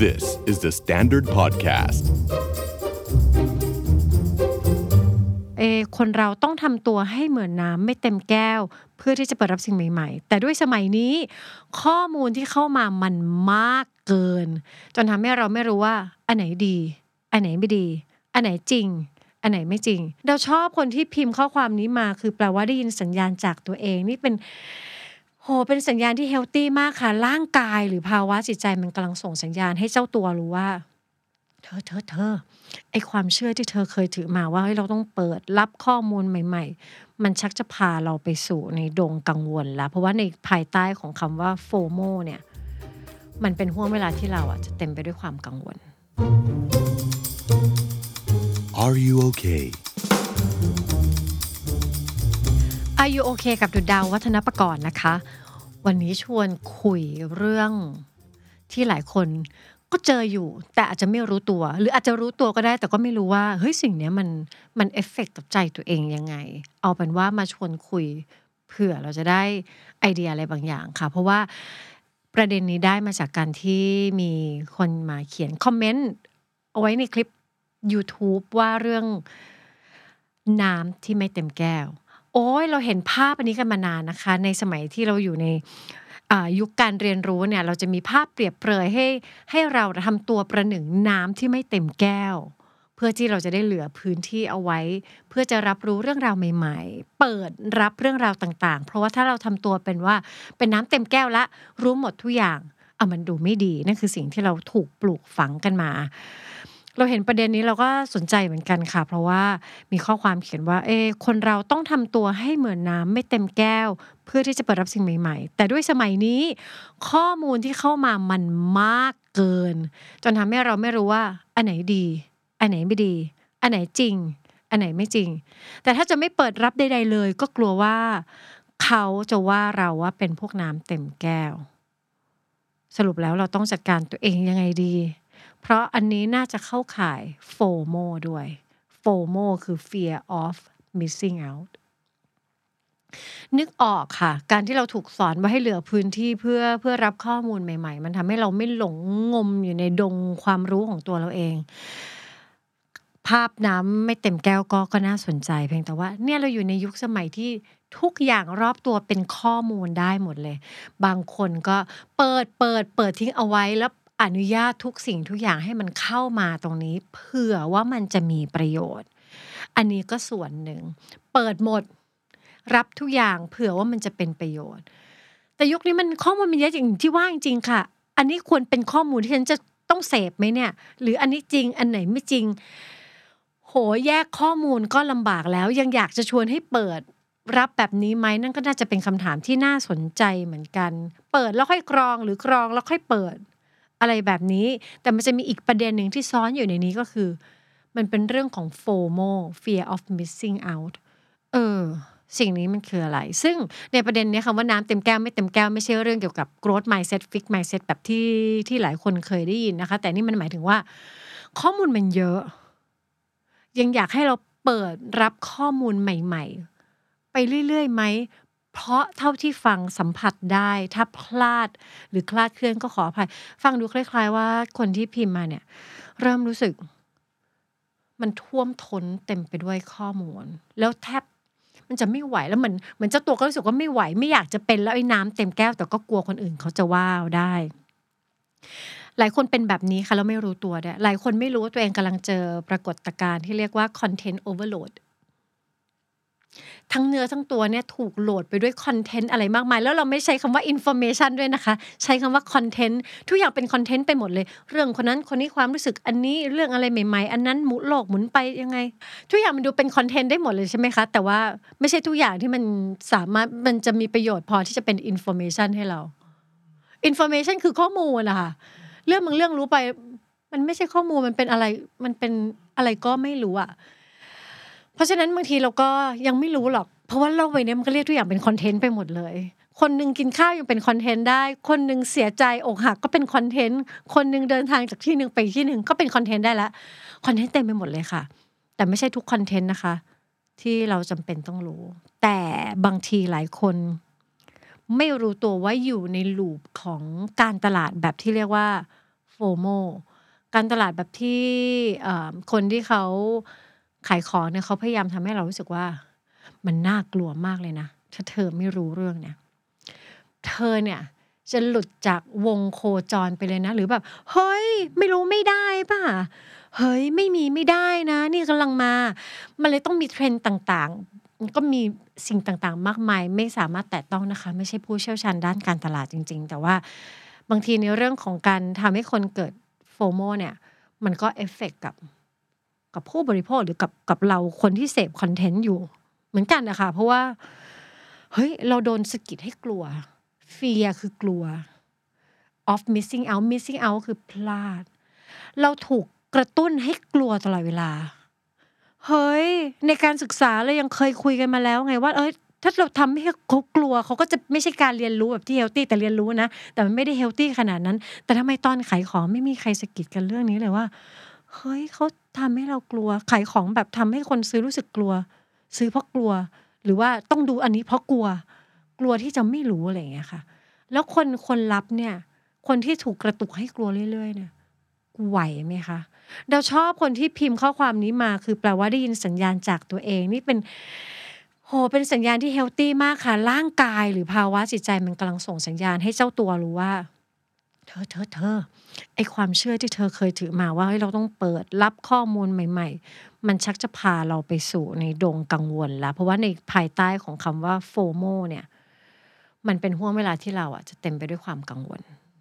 This is the Standard Podcast. คนเราต้องทำตัวให้เหมือนน้ำไม่เต็มแก้วเพื่อที่จะเปิดรับสิ่งใหม่ๆแต่ด้วยสมัยนี้ข้อมูลที่เข้ามามันมากเกินจนทำให้เราไม่รู้ว่าอันไหนดีอันไหนไม่ดีอันไหนจริงอันไหนไม่จริงเราชอบคนที่พิมพ์ข้อความนี้มาคือแปลว่าได้ยินสัญญาณจากตัวเองนี่เป็นสัญญาณที่เฮลตี้มากค่ะร่างกายหรือภาวะจิตใจมันกำลังส่งสัญญาณให้เจ้าตัวรู้ว่าเธอไอความเชื่อที่เธอเคยถือมาว่าเราต้องเปิดรับข้อมูลใหม่ๆมันชักจะพาเราไปสู่ในดงกังวลแล้วเพราะว่าในภายใต้ของคำว่า FOMO เนี่ยมันเป็นห่วงเวลาที่เราจะเต็มไปด้วยความกังวล Are you okay? Are you okay กับดุจดาววัฒนประกรณ์นะคะวันนี้ชวนคุยเรื่องที่หลายคนก็เจออยู่แต่อาจจะไม่รู้ตัวหรืออาจจะรู้ตัวก็ได้แต่ก็ไม่รู้ว่าเฮ้ยสิ่งนี้มันเอฟเฟคกับใจตัวเองยังไงเอาเป็นว่ามาชวนคุยเผื่อเราจะได้ไอเดียอะไรบางอย่างค่ะเพราะว่าประเด็นนี้ได้มาจากการที่มีคนมาเขียนคอมเมนต์เอาไว้ในคลิป YouTube ว่าเรื่องน้ำที่ไม่เต็มแก้วโอ้ยเราเห็นภาพอันนี้กันมานานนะคะในสมัยที่เราอยู่ในยุคการเรียนรู้เนี่ยเราจะมีภาพเปรียบเปรยให้เราทำตัวประหนึ่งน้ำที่ไม่เต็มแก้วเพื่อที่เราจะได้เหลือพื้นที่เอาไว้เพื่อจะรับรู้เรื่องราวใหม่ๆเปิดรับเรื่องราวต่างๆเพราะว่าถ้าเราทำตัวเป็นว่าเป็นน้ำเต็มแก้วละรู้หมดทุกอย่างมันดูไม่ดีนั่นคือสิ่งที่เราถูกปลูกฝังกันมาเราเห็นประเด็นนี้เราก็สนใจเหมือนกันค่ะเพราะว่ามีข้อความเขียนว่าคนเราต้องทำตัวให้เหมือนน้ำไม่เต็มแก้วเพื่อที่จะเปิดรับสิ่งใหม่ๆแต่ด้วยสมัยนี้ข้อมูลที่เข้ามามันมากเกินจนทำให้เราไม่รู้ว่าอันไหนดีอันไหนไม่ดีอันไหนจริงอันไหนไม่จริงแต่ถ้าจะไม่เปิดรับใดๆเลยก็กลัวว่าเขาจะว่าเราว่าเป็นพวกน้ำเต็มแก้วสรุปแล้วเราต้องจัดการตัวเองยังไงดีเพราะอันนี้น่าจะเข้าข่าย FOMO ด้วย FOMO คือ Fear of Missing Out นึกออกค่ะการที่เราถูกสอนว่าให้เหลือพื้นที่เพื่อรับข้อมูลใหม่ๆมันทำให้เราไม่หลงงมอยู่ในดงความรู้ของตัวเราเองภาพน้ำไม่เต็มแก้วก็น่าสนใจเพียงแต่ว่าเนี่ยเราอยู่ในยุคสมัยที่ทุกอย่างรอบตัวเป็นข้อมูลได้หมดเลยบางคนก็เปิดทิ้งเอาไว้แล้วอนุญาตทุกสิ่งทุกอย่างให้มันเข้ามาตรงนี้เผื่อว่ามันจะมีประโยชน์อันนี้ก็ส่วนหนึ่งเปิดหมดรับทุกอย่างเผื่อว่ามันจะเป็นประโยชน์แต่ยุคนี้มันข้อมูลมันเยอะจริงที่ว่าจริงๆค่ะอันนี้ควรเป็นข้อมูลที่ฉันจะต้องเสพไหมเนี่ยหรืออันนี้จริงอันไหนไม่จริงโหแยกข้อมูลก็ลำบากแล้วยังอยากจะชวนให้เปิดรับแบบนี้ไหมนั่นก็น่าจะเป็นคำถามที่น่าสนใจเหมือนกันเปิดแล้วค่อยกรองหรือกรองแล้วค่อยเปิดอะไรแบบนี้แต่มันจะมีอีกประเด็นหนึ่งที่ซ้อนอยู่ในนี้ก็คือมันเป็นเรื่องของ FOMO Fear of Missing Out สิ่งนี้มันคืออะไรซึ่งในประเด็นนี้คำว่าน้ำเต็มแก้วไม่เต็มแก้วไม่ใช่เรื่องเกี่ยวกับ growth mindset fix mindset แบบที่หลายคนเคยได้ยินนะคะแต่นี่มันหมายถึงว่าข้อมูลมันเยอะยังอยากให้เราเปิดรับข้อมูลใหม่ๆไปเรื่อยๆไหมเพราะเท่าที่ฟังสัมผัสได้ถ้าพลาดหรือคลาดเคลื่อนก็ขออภัยฟังดูคล้ายๆว่าคนที่พิมพ์มาเนี่ยเริ่มรู้สึกมันท่วมท้นเต็มไปด้วยข้อมูลแล้วแทบมันจะไม่ไหวแล้วเหมือนเจ้าตัวก็รู้สึกว่าไม่ไหวไม่อยากจะเป็นแล้วไอ้น้ำเต็มแก้วแต่ก็กลัวคนอื่นเขาจะว่าได้หลายคนเป็นแบบนี้ค่ะแล้วไม่รู้ตัวด้วยหลายคนไม่รู้ว่าตัวเองกำลังเจอปรากฏการณ์ที่เรียกว่า content overloadทั้งเนื้อทั้งตัวเนี่ยถูกโหลดไปด้วยคอนเทนต์อะไรมากมายแล้วเราไม่ใช้คำว่า information ด้วยนะคะใช้คำว่าคอนเทนต์ทุกอย่างเป็นคอนเทนต์ไปหมดเลยเรื่องคนนั้นคนนี้ความรู้สึกอันนี้เรื่องอะไรใหม่ๆอันนั้นโลกหมุนไปยังไงทุกอย่างมันดูเป็นคอนเทนต์ได้หมดเลยใช่ไหมคะแต่ว่าไม่ใช่ทุกอย่างที่มันสามารถมันจะมีประโยชน์พอที่จะเป็น information ให้เรา information คือข้อมูลนะคะเรื่องบางเรื่องรู้ไปมันไม่ใช่ข้อมูลมันเป็นอะไรมันเป็นอะไรก็ไม่รู้อะเพราะฉะนั้นบางทีเราก็ยังไม่รู้หรอกเพราะว่าโลกใบนี้มันก็เรียกทุกอย่างเป็นคอนเทนต์ไปหมดเลยคนนึงกินข้าวยังเป็นคอนเทนต์ได้คนนึงเสียใจอกหักก็เป็นคอนเทนต์คนนึงเดินทางจากที่นึงไปที่นึงก็เป็นคอนเทนต์ได้แล้วคอนเทนต์เต็มไปหมดเลยค่ะแต่ไม่ใช่ทุกคอนเทนต์นะคะที่เราจำเป็นต้องรู้แต่บางทีหลายคนไม่รู้ตัวว่าอยู่ในลูปของการตลาดแบบที่เรียกว่า FOMO การตลาดแบบที่คนที่เขาขายของเนี่ยเขาพยายามทำให้เรารู้สึกว่ามันน่ากลัวมากเลยนะถ้าเธอไม่รู้เรื่องเนี่ยเธอเนี่ยจะหลุดจากวงโคจรไปเลยนะหรือแบบเฮ้ยไม่รู้ไม่ได้ป่ะเฮ้ยไม่มีไม่ได้นะนี่กำลังมามันเลยต้องมีเทรนด์ต่างๆก็มีสิ่งต่างๆมากมายไม่สามารถแตะต้องนะคะไม่ใช่ผู้เชี่ยวชาญด้านการตลาดจริงๆแต่ว่าบางทีในเรื่องของการทำให้คนเกิด FOMO เนี่ยมันก็เอฟเฟกต์กับผู้บริโภคหรือกับเราคนที่เสพคอนเทนต์อยู่เหมือนกันนะคะเพราะว่าเฮ้ยเราโดนสะกิดให้กลัว fear คือกลัว of missing out คือพลาดเราถูกกระตุ้นให้กลัวตลอดเวลาเฮ้ยในการศึกษาเรายังเคยคุยกันมาแล้วไงว่าถ้าเราทำให้เขากลัวเขาก็จะไม่ใช่การเรียนรู้แบบที่เฮลตี้แต่เรียนรู้นะแต่มันไม่ได้เฮลตี้ขนาดนั้นแต่ทำไมตอนขายของไม่มีใครสะกิดกันเรื่องนี้เลยว่าเฮ้ยเขาทำให้เรากลัวขายของแบบทำให้คนซื้อรู้สึกกลัวซื้อเพราะกลัวหรือว่าต้องดูอันนี้เพราะกลัวที่จะไม่รู้อะไรอย่างเงี้ยค่ะแล้วคนรับเนี่ยคนที่ถูกกระตุกให้กลัวเรื่อยๆเนี่ยไหวไหมคะเราชอบคนที่พิมพ์ข้อความนี้มาคือแปลว่าได้ยินสัญญาณจากตัวเองนี่เป็นสัญญาณที่เฮลตีมากค่ะร่างกายหรือภาวะจิตใจมันกำลังส่งสัญญาณให้เจ้าตัวรู้ว่าเธอไอ้ความเชื่อที่เธอเคยถือมาว่าเราต้องเปิดรับข้อมูลใหม่ๆมันชักจะพาเราไปสู่ในดงกังวลแล้วเพราะว่าในภายใต้ของคำว่า FOMO เนี่ยมันเป็นห่วงเวลาที่เราจะเต็มไปด้วยความกังวล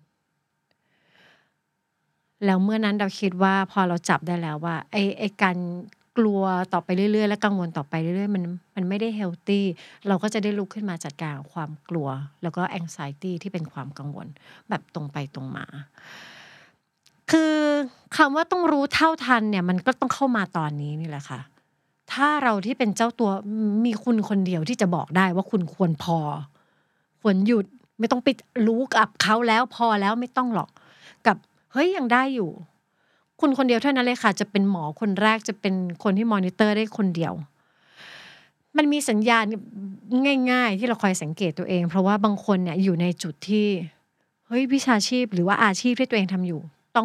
แล้วเมื่อนั้นเราคิดว่าพอเราจับได้แล้วว่าไอ้การกลัวต่อไปเรื่อยๆและกังวลต่อไปเรื่อยๆมันไม่ได้เฮลตีเราก็จะได้ลุกขึ้นมาจัดการกับความกลัวแล้วก็ anxiety ที่เป็นความกังวลแบบตรงไปตรงมาคือคำว่าต้องรู้เท่าทันเนี่ยมันก็ต้องเข้ามาตอนนี้นี่แหละค่ะถ้าเราที่เป็นเจ้าตัวมีคุณคนเดียวที่จะบอกได้ว่าคุณควรพอควรหยุดไม่ต้องไปรู้กับเขาแล้วพอแล้วไม่ต้องหรอกกับเฮ้ยยังได้อยู่คุณคนเดียวเท่านั้นเลยค่ะจะเป็นหมอคนแรกจะเป็นคนที่มอนิเตอร์ได้คนเดียวมันมีสัญญาณง่ายๆที่เราคอยสังเกตตัวเองเพราะว่าบางคนเนี่ยอยู่ในจุดที่เฮ้ยวิชาชีพหรือว่าอาชีพที่ตัวเองทำอยู่ต้อง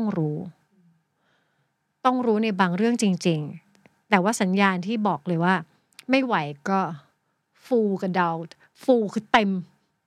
รู้ในบางเรื่องจริงๆแต่ว่าสัญญาณที่บอกเลยว่าไม่ไหวก็ full กับ down full คือเต็ม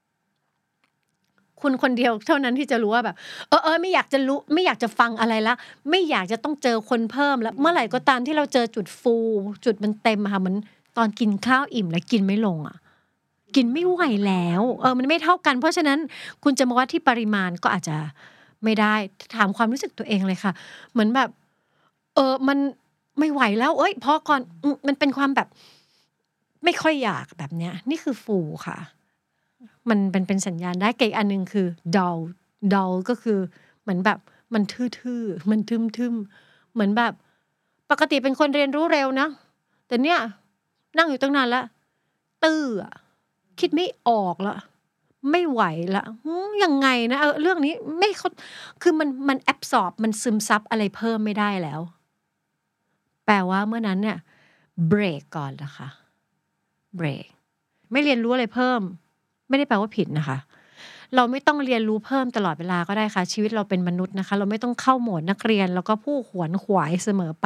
คุณคนเดียวเท่านั้นที่จะรู้ว่าแบบไม่อยากจะรู้ไม่อยากจะฟังอะไรแล้วไม่อยากจะต้องเจอคนเพิ่มแล้วเมื่อไหร่ก็ตามที่เราเจอจุด full จุดมันเต็มอะค่ะเหมือนตอนกินข้าวอิ่มแล้วกินไม่ลงอะกินไม่ไหวแล้วมันไม่เท่ากันเพราะฉะนั้นคุณจะมาวัดที่ปริมาณก็อาจจะไม่ได้ถามความรู้สึกตัวเองเลยค่ะเหมือนแบบมันไม่ไหวแล้วเอ้ยพอก่อนมันเป็นความแบบไม่ค่อยอยากแบบเนี้ยนี่คือ full ค่ะมันเป็นสัญญาณได้กับอีกอันหนึ่งคือ dull ก็คือเหมือนแบบมันทื่อๆมันทึมๆเหมือนแบบปกติเป็นคนเรียนรู้เร็วนะแต่เนี่ยนั่งอยู่ตั้งนานแล้วตื้ออะคิดไม่ออกแล้วไม่ไหวแล้วยังไงนะเรื่องนี้ไม่เข้าคือมันแอบซอร์บมันซึมซับอะไรเพิ่มไม่ได้แล้วแปลว่าเมื่อนั้นเนี่ยเบรกก่อนนะคะเบรกไม่เรียนรู้อะไรเพิ่มไม่ได้แปลว่าผิดนะคะเราไม่ต้องเรียนรู้เพิ่มตลอดเวลาก็ได้ค่ะชีวิตเราเป็นมนุษย์นะคะเราไม่ต้องเข้าโหมดนักเรียนแล้วก็ผู้ขวนขวายเสมอไป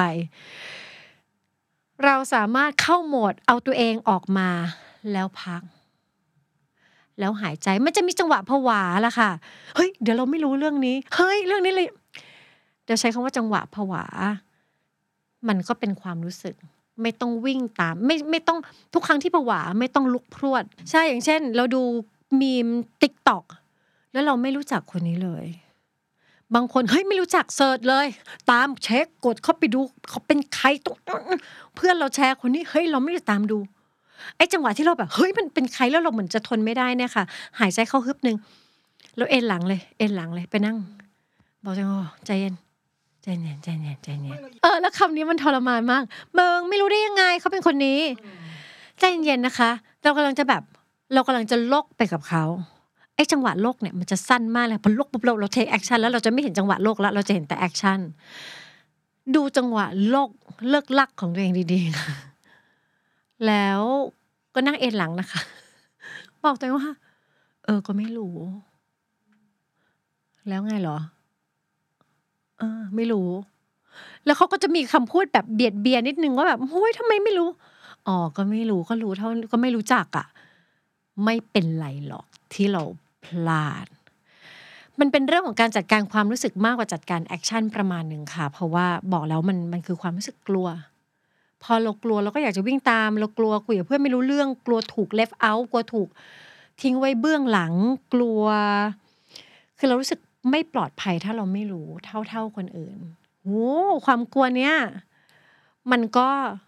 เราสามารถเข้าโหมดเอาตัวเองออกมาแล้วพักแล้วหายใจมันจะมีจังหวะผวาล่ะค่ะเฮ้ยเดี๋ยวเราไม่รู้เรื่องนี้เฮ้ยเรื่องนี้เลยเดี๋ยวใช้คำว่าจังหวะผวามันก็เป็นความรู้สึกไม่ต้องวิ่งตามไม่ต้องทุกครั้งที่ผวาไม่ต้องลุกพรวดใช่อย่างเช่นเราดูมีม TikTok แล้วเราไม่รู้จักคนนี้เลยบางคนเฮ้ยไม่รู้จักเสิร์ชเลยตามเช็คกดเข้าไปดูเขาเป็นใครตรงเพื่อนเราแชร์คนนี้เฮ้ยเราไม่ได้ตามดูไอ้จังหวะที่เราแบบเฮ้ยมันเป็นใครแล้วเราเหมือนจะทนไม่ได้เนี่ยค่ะหายใจเข้าฮึบนึงแล้วเอนหลังเลยไปนั่งบอกตัวเองใจเย็นใจเย็นแล้วคำนี้มันทรมานมากมึงไม่รู้ได้ยังไงเขาเป็นคนนี้ใจเย็นๆนะคะเรากำลังจะโลกไปกับเขาไอ้จังหวะโลกเนี่ยมันจะสั้นมากเลยพอโลกปุ๊บเราเทคแอคชั่นแล้วเราจะไม่เห็นจังหวะโลกแล้วเราจะเห็นแต่แอคชั่นดูจังหวะโลกเลิกลักของตัวเองดีๆค่ะแล้วก็นั่งเอนหลังนะคะบอกตัวเองว่าก็ไม่รู้แล้วไงเหรอไม่รู้แล้วเขาก็จะมีคำพูดแบบเบียดเบียนนิดนึงว่าแบบโอ้ยทำไมไม่รู้ก็ไม่รู้ก็รู้เท่าก็ไม่รู้จักอ่ะไม่เป็นไรหรอกที่เราพลาดมันเป็นเรื่องของการจัดการความรู้สึกมากกว่าจัดการแอคชั่นประมาณหนึ่งค่ะเพราะว่าบอกแล้วมันคือความรู้สึกกลัวพอเรากลัวเราก็อยากจะวิ่งตามเรากลัวคุยกับเพื่อนไม่รู้เรื่องกลัวถูก left out กลัวถูกทิ้งไว้เบื้องหลังกลัวคือเรารู้สึกไม่ปลอดภัยถ้าเราไม่รู้เท่าคนอื่นโอ้ความกลัวเนี้ยมันก็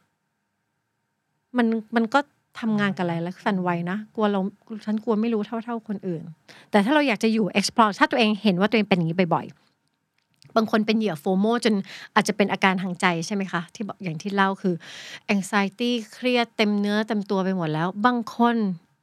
มันมันก็ทำงานกับหลายๆฝั่นไวนะกลัวเราฉันกลัวไม่รู้เท่าคนอื่นแต่ถ้าเราอยากจะอยู่ explore ถ้าตัวเองเห็นว่าตัวเองเป็นอย่างนี้บ่อยๆบางคนเป็นเหยื่อ FOMO จนอาจจะเป็นอาการทางใจใช่ไหมคะที่บอกอย่างที่เล่าคือ anxiety เครียดเต็มเนื้อเต็มตัวไปหมดแล้วบางคน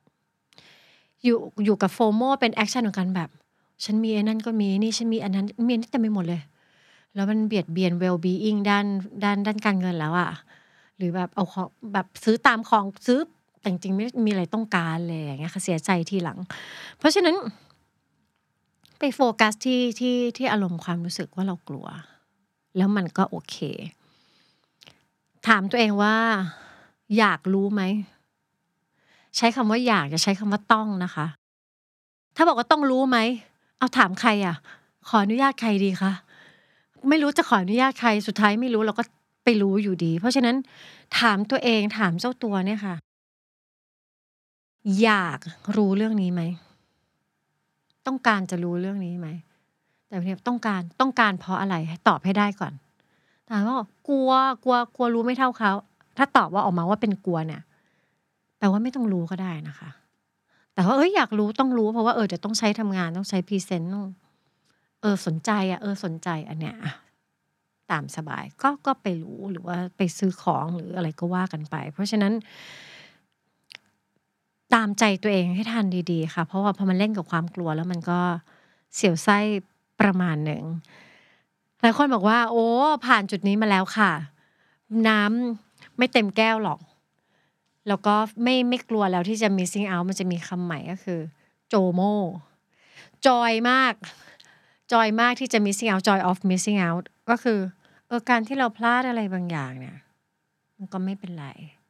อยู่กับ FOMO เป็นแอกชันของการแบบฉันมีไอ้นั่นก็มีนี่ฉันมีอันนั้นมีอันนี้เต็มไปหมดเลยแล้วมันเบียดเบียน well being ด้านการเงินแล้วอะหรือแบบเอาของแบบซื้อตามของซื้อแต่จริงๆไม่มีอะไรต้องการเลยอย่างเงี้ยค่ะเสียใจทีหลังเพราะฉะนั้นไปโฟกัสที่อารมณ์ความรู้สึกว่าเรากลัวแล้วมันก็โอเคถามตัวเองว่าอยากรู้ไหมใช้คำว่าอยากอย่าใช้คำว่าต้องนะคะถ้าบอกว่าต้องรู้ไหมเอาถามใครอะขออนุญาตใครดีคะไม่รู้จะขออนุญาตใครสุดท้ายไม่รู้เราก็ไปรู้อยู่ดีเพราะฉะนั้นถามตัวเองถามเจ้าตัวเนี่ยค่ะอยากรู้เรื่องนี้ไหมต้องการจะรู้เรื่องนี้ไหมแต่เนี่ยต้องการเพราะอะไรให้ตอบให้ได้ก่อนถามว่ากลัวรู้ไม่เท่าเขาถ้าตอบว่าออกมาว่าเป็นกลัวเนี่ยแปลว่าไม่ต้องรู้ก็ได้นะคะแต่ว่าอยากรู้ต้องรู้เพราะว่าเดี๋ยวต้องใช้ทำงานต้องใช้พรีเซนต์ต้องสนใจอะสนใจอันเนี้ยอะตามสบายก็ไปรู้หรือว่าไปซื้อของหรืออะไรก็ว่ากันไปเพราะฉะนั้นตามใจตัวเองให้ทันดีๆค่ะเพราะว่าพอมันเล่นกับความกลัวแล้วมันก็เสียวไส้ประมาณหนึ่งหลายคนบอกว่าโอ้ผ่านจุดนี้มาแล้วค่ะน้ำไม่เต็มแก้วหรอกแล้วก็ไม่กลัวแล้วที่จะ missing out มันจะมีคำใหม่ก็คือ JOMO จอยมากจอยมากที่จะ missing out joy of missing out ก็คือการที่เราพลาดอะไรบางอย่างเนี่ยมันก็ไม่เป็นไร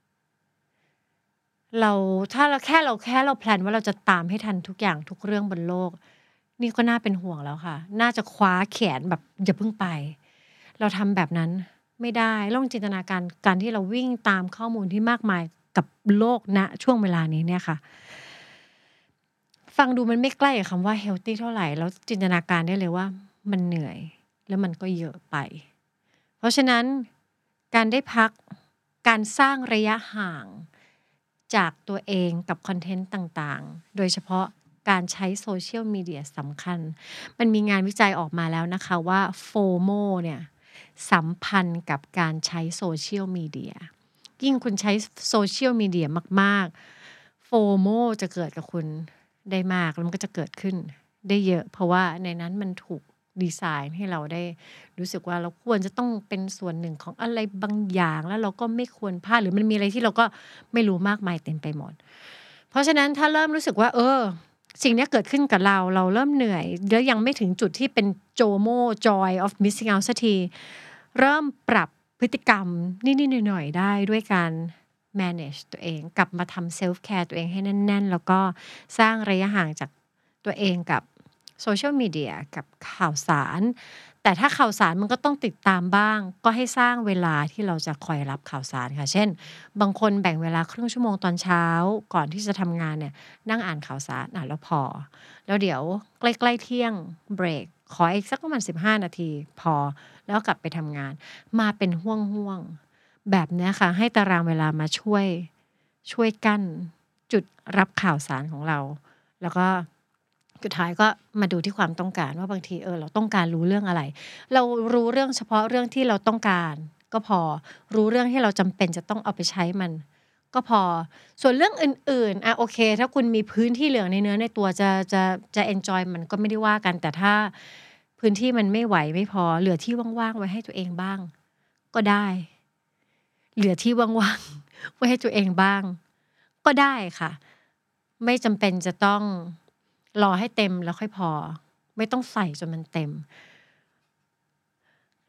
เราถ้าเราแค่เราแพลนว่าเราจะตามให้ทันทุกอย่างทุกเรื่องบนโลกนี่ก็น่าเป็นห่วงแล้วค่ะน่าจะคว้าแขนแบบอย่าเพิ่งไปเราทำแบบนั้นไม่ได้ลองจินตนาการที่เราวิ่งตามข้อมูลที่มากมายกับโลกณช่วงเวลานี้เนี่ยค่ะ ฟังดูมันไม่ใกล้กับคำว่า healthy เท่าไรแล้วจินตนาการได้เลยว่ามันเหนื่อยแล้วมันก็เยอะไปเพราะฉะนั้นการได้พักการสร้างระยะห่างจากตัวเองกับคอนเทนต์ต่างๆโดยเฉพาะการใช้ Social Media สำคัญมันมีงานวิจัยออกมาแล้วนะคะว่า FOMO เนี่ยสัมพันธ์กับการใช้ Social Media ยิ่งคุณใช้ Social Media มากๆ FOMO จะเกิดกับคุณได้มากแล้วมันก็จะเกิดขึ้นได้เยอะเพราะว่าในนั้นมันถูกดีไซน์ให้เราได้รู้สึกว่าเราควรจะต้องเป็นส่วนหนึ่งของอะไรบางอย่างแล้วเราก็ไม่ควรพลาดหรือมันมีอะไรที่เราก็ไม่รู้มากมายเต็มไปหมดเพราะฉะนั้นถ้าเริ่มรู้สึกว่าสิ่งเนี้ยเกิดขึ้นกับเราเริ่มเหนื่อยแล้วยังไม่ถึงจุดที่เป็น JOMO joy of missing out สักทีเริ่มปรับพฤติกรรมนิดๆหน่อยๆได้ด้วยการ manage ตัวเองกลับมาทำ self care ตัวเองให้แน่นๆแล้วก็สร้างระยะห่างจากตัวเองกับโซเชียลมีเดียกับข่าวสารแต่ถ้าข่าวสารมันก็ต้องติดตามบ้างก็ให้สร้างเวลาที่เราจะคอยรับข่าวสารค่ะเช่นบางคนแบ่งเวลาครึ่งชั่วโมงตอนเช้าก่อนที่จะทำงานเนี่ยนั่งอ่านข่าวสารแล้วพอแล้วเดี๋ยวใกล้ๆเที่ยงเบรกขออีกสักประมาณ15นาทีพอแล้วกลับไปทำงานมาเป็นห่วงๆแบบเนี้ยค่ะให้ตารางเวลามาช่วยกั้นจุดรับข่าวสารของเราแล้วก็สุดท้ายก็มาดูที่ความต้องการว่าบางทีเราต้องการรู้เรื่องอะไรเรารู้เรื่องเฉพาะเรื่องที่เราต้องการก็พอรู้เรื่องที่เราจำเป็นจะต้องเอาไปใช้มันก็พอส่วนเรื่องอื่นๆโอเคถ้าคุณมีพื้นที่เหลือในเนื้อในตัวจะเอนจอยมันก็ไม่ได้ว่ากันแต่ถ้าพื้นที่มันไม่ไหวไม่พอเหลือที่ว่างๆไว้ให้ตัวเองบ้างก็ได้เหลือที่ว่างๆไว้ให้ตัวเองบ้างก็ได้ค่ะไม่จำเป็นจะต้องรอให้เต็มแล้วค่อยพอไม่ต้องใส่จนมันเต็ม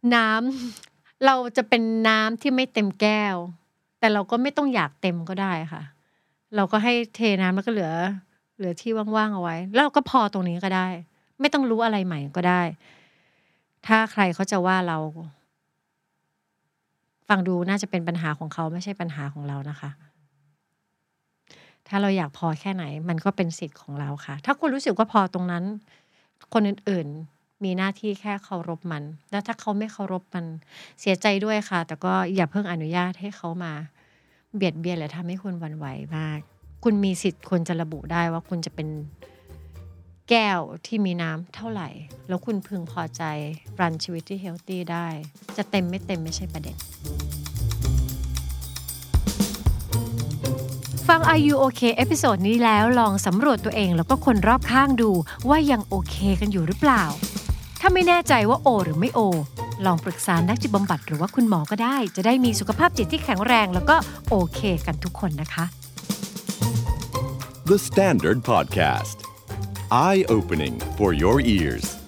น้ำเราจะเป็นน้ำที่ไม่เต็มแก้วแต่เราก็ไม่ต้องอยากเต็มก็ได้ค่ะเราก็ให้เทน้ำแล้วก็เหลือที่ว่างๆเอาไว้แล้วเราก็พอตรงนี้ก็ได้ไม่ต้องรู้อะไรใหม่ก็ได้ถ้าใครเขาจะว่าเราฟังดูน่าจะเป็นปัญหาของเขาไม่ใช่ปัญหาของเรานะคะถ้าเราอยากพอแค่ไหนมันก็เป็นสิทธิ์ของเราค่ะถ้าคุณรู้สึกว่าพอตรงนั้นคนอื่นๆมีหน้าที่แค่เคารพมันแล้วถ้าเขาไม่เคารพมันเสียใจด้วยค่ะแต่ก็อย่าเพิ่งอนุญาตให้เขามาเบียดเบียนหรือทำให้คุณหวั่นไหวมากคุณมีสิทธิ์ควรจะระบุได้ว่าคุณจะเป็นแก้วที่มีน้ำเท่าไหร่แล้วคุณพึงพอใจรันชีวิตที่เฮลตี้ได้จะเต็มไม่เต็มไม่ใช่ประเด็นฟัง Are You Okay เอพิโซดนี้แล้วลองสำรวจตัวเองแล้วก็คนรอบข้างดูว่ายังโอเคกันอยู่หรือเปล่าถ้าไม่แน่ใจว่าโอหรือไม่โอลองปรึกษานักจิตบำบัดหรือว่าคุณหมอก็ได้จะได้มีสุขภาพจิตที่แข็งแรงแล้วก็โอเคกันทุกคนนะคะ The Standard Podcast. Eye-opening for your ears.